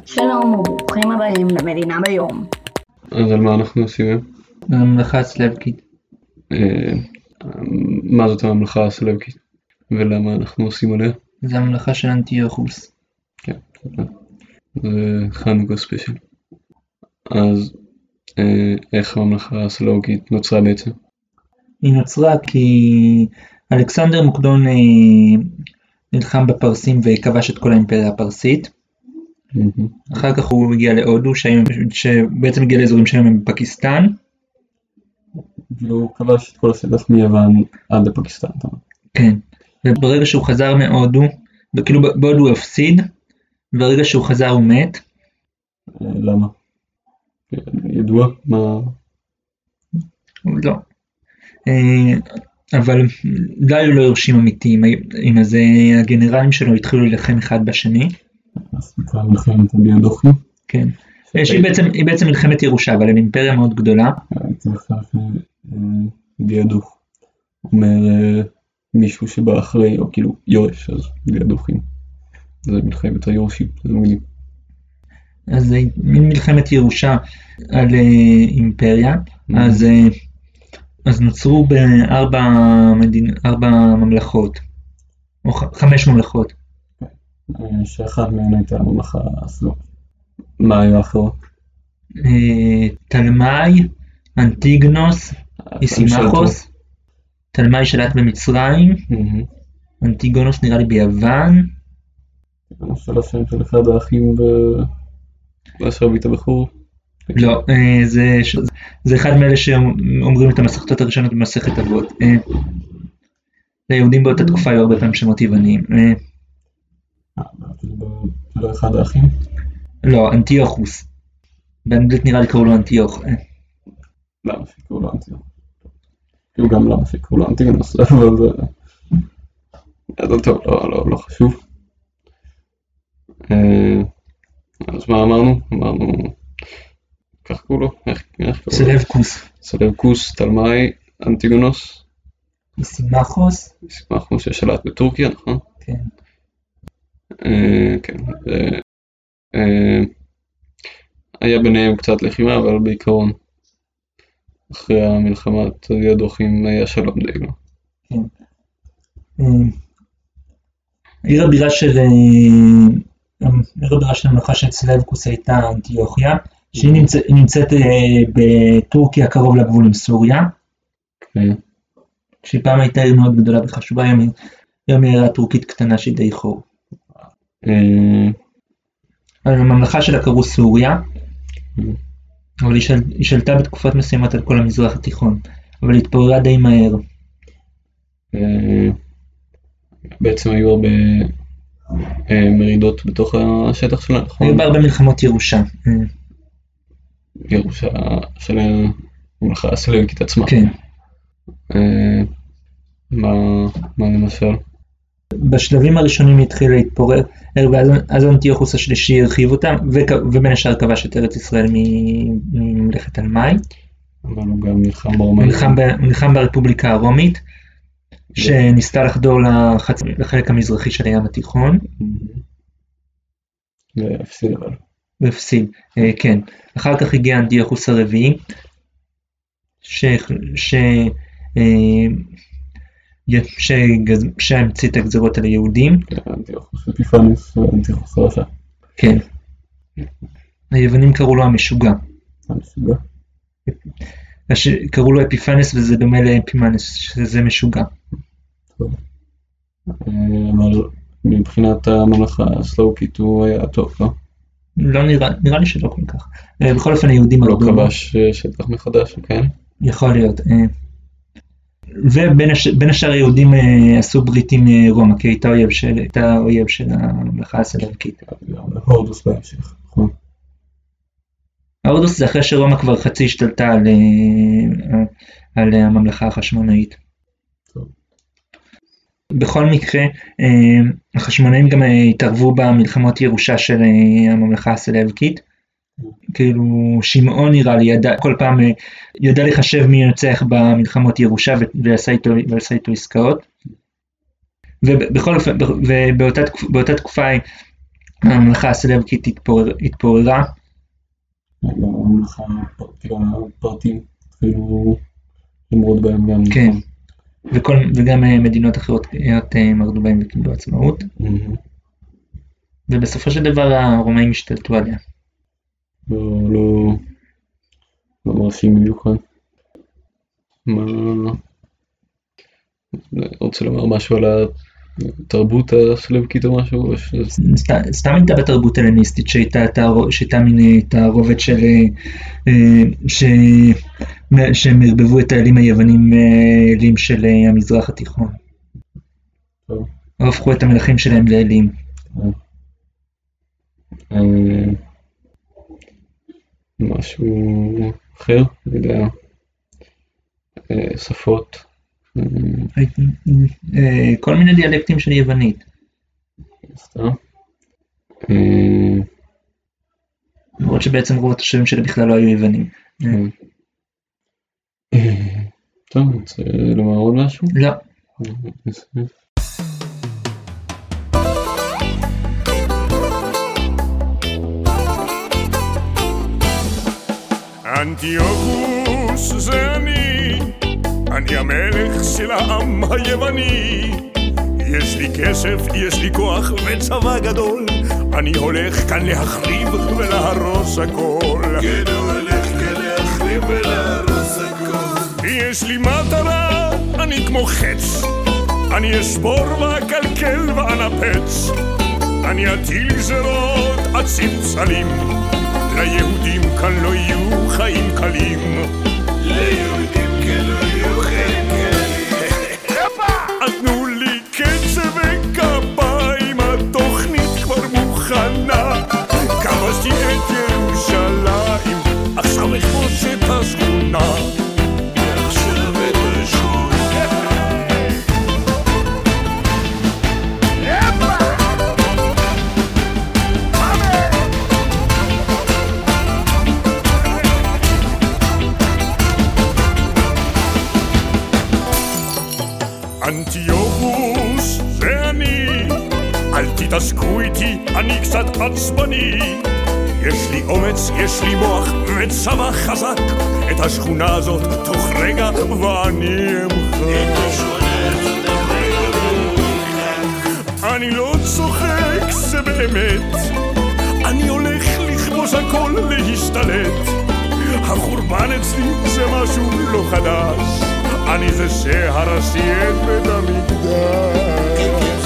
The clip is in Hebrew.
שלום וברוכים הבאים למדינה ביום. אז על מה אנחנו עושים היום? הממלכה הסלבקית. מה זאת הממלכה הסלבקית? ולמה אנחנו עושים עליה? זה הממלכה של אנטיוכוס. כן, זה חנוכה ספיישל. אז איך הממלכה הסלבקית נוצרה בעצם? היא נוצרה כי אלכסנדר מוקדון נלחם בפרסים וכבש את כל האימפריה הפרסית. אחר כך הוא הגיע להודו, שבעצם הגיע לאזורים שהיום הם בפקיסטן. והוא כבש את כל השטח מיוון עד לפקיסטן. כן, וברגע שהוא חזר מהודו, כאילו בהודו הוא הפסיד, וברגע שהוא חזר הוא מת. למה? ידוע מה? לא. אבל לא היו לו יורשים אמיתיים, אז הגנרלים שלו התחילו להילחם אחד בשני. אז נקרא מלחמת הדיאדוכים. כן. היא בעצם מלחמת ירושה, אבל הם אימפריה מאוד גדולה. הייתי מחר דיאדוך. אומר מישהו שבא אחרי, או כאילו יורש, אז דיאדוכים. זה מלחמת היורשים, זה מילים. אז זה מלחמת ירושה על אימפריה, אז נוצרו ארבע ממלכות, או 5 ממלכות. שאחת מהן הייתה הממלכה הסלובקית. מה היו האחרות? תלמי, אנטיגנוס, איסימחוס. תלמי שלט במצרים, אנטיגונוס נראה לי ביוון. של השם של אחד האחים והשרבית הבחור. לא, זה אחד מאלה שאומרים את המסכתות הראשונות במסכת אבות. ליהודים באותה תקופה היו הרבה פעמים שמות יווניים. לא אחד האחים? לא, אנטיוכוס. באנגלית נראה לי קראו לו אנטיוך. למה שקראו לו אנטיוך? כאילו גם למה שקראו לו אנטיגנוס, אבל זה טוב, לא חשוב. אז מה אמרנו? כך קראו לו? איך קראו לו? סלבקוס. סלבקוס, תלמי, אנטיגונוס. איסימחוס ששלט בטורקיה, נכון? כן. כן. היה ביניהם קצת לחימה, אבל בעיקרון אחרי המלחמת הדיאדוכים היה שלום די לא. כן. עיר הבירה של המלכה של סלבקוס הייתה אנטיוכיה, שהיא נמצאת בטורקיה קרוב לגבול עם סוריה. כן. שהיא פעם הייתה עיר מאוד גדולה וחשובה, היום היא עירה טורקית קטנה שהיא די חור. הממלכה שלה קראו סוריה, אבל היא שלטה בתקופות מסוימות על כל המזרח התיכון, אבל היא התפוררה די מהר. בעצם היו הרבה מרידות בתוך השטח שלה, נכון? היו בהרבה מלחמות ירושה. ירושה של הממלכה הסלבקית עצמה. כן. מה למשל? בשלבים הראשונים היא התחילה להתפורר, ואז אנטיוכוס השלישי הרחיב אותה, ובין השאר כבש את ארץ ישראל מממלכת תלמי. אבל הוא גם נלחם ברומאים. הוא נלחם ברפובליקה הרומית, שניסתה לחדור לחלק המזרחי של הים התיכון. והפסיד אבל. והפסיד, כן. אחר כך הגיע אנטיוכוס הרביעי, שהמציא את הגזרות על היהודים. אנטיוכוס אפיפנס ואנטיוכוס רשע. כן. היוונים קראו לו המשוגע. המשוגע. קראו לו אפיפנס וזה דומה לאפימנס, שזה משוגע. טוב. אבל מבחינת הממלכה הסלבקית הוא היה טוב, לא? לא נראה לי שלא כל כך. בכל אופן היהודים לא כבש שטח מחדש, כן? יכול להיות. ובין השאר היהודים עשו ברית עם רומא, כי הייתה אויב של הממלכה הסלבקית. הורדוס בהמשך, נכון? הורדוס זה אחרי שרומא כבר חצי השתלטה על הממלכה החשמונאית. טוב. בכל מקרה, החשמונאים גם התערבו במלחמות ירושה של הממלכה הסלבקית. כאילו שמעון נראה לי כל פעם ידע לחשב מי ינצח במלחמות ירושה ועשה איתו עסקאות. ובכל אופן, ובאותה תקופה הממלכה הסלבקית התפוררה. הממלכה, הפרטים התחילו למרוד בהם גם. כן. וגם מדינות אחרות מרדו בהם וקיבלו עצמאות. ובסופו של דבר הרומאים השתלטו עליה. לא מרשים במיוחד. רוצה לומר משהו על התרבות הסלבקית או משהו? סתם הייתה בתרבות הלניסטית שהייתה מין תערובת שהם הרבבו את האלים היוונים אלים של המזרח התיכון. הפכו את המלכים שלהם לאלים. משהו אחר, אני יודע, שפות. כל מיני דיאלקטים של יוונית. סתם. למרות שבעצם רוב התושבים שלה בכלל לא היו יוונים. טוב, רוצה לומר עוד משהו? לא. אנטיוכוס זה אני המלך של העם היווני. יש לי כסף, יש לי כוח וצבא גדול, אני הולך כאן להחריב ולהרוס הכל. כן, הולך כאן להחריב ולהרוס הכל. יש לי מטרה, אני כמו חץ, אני אשבור ואקלקל ואנפץ, אני אטיל גזרות עד צלצלים, ליהודים כאן לא יהיו חיים קלים. ליהודים כאן לא יהיו חיים קלים. אז תנו לי קצב וכפיים, התוכנית כבר מוכנה. כבשתי את ירושלים, עכשיו אכבוש את השכונה. עכשיו את השכונה. אנטיוכוס זה אל תתעסקו איתי, אני קצת עצבני. יש לי אומץ, יש לי מוח וצבא חזק, את השכונה הזאת תוך רגע ואני אמחק. אני לא צוחק, זה באמת, אני הולך לכבוש הכל, להשתלט. החורבן אצלי זה משהו לא חדש, אני זה שהרסתי את בית המקדש.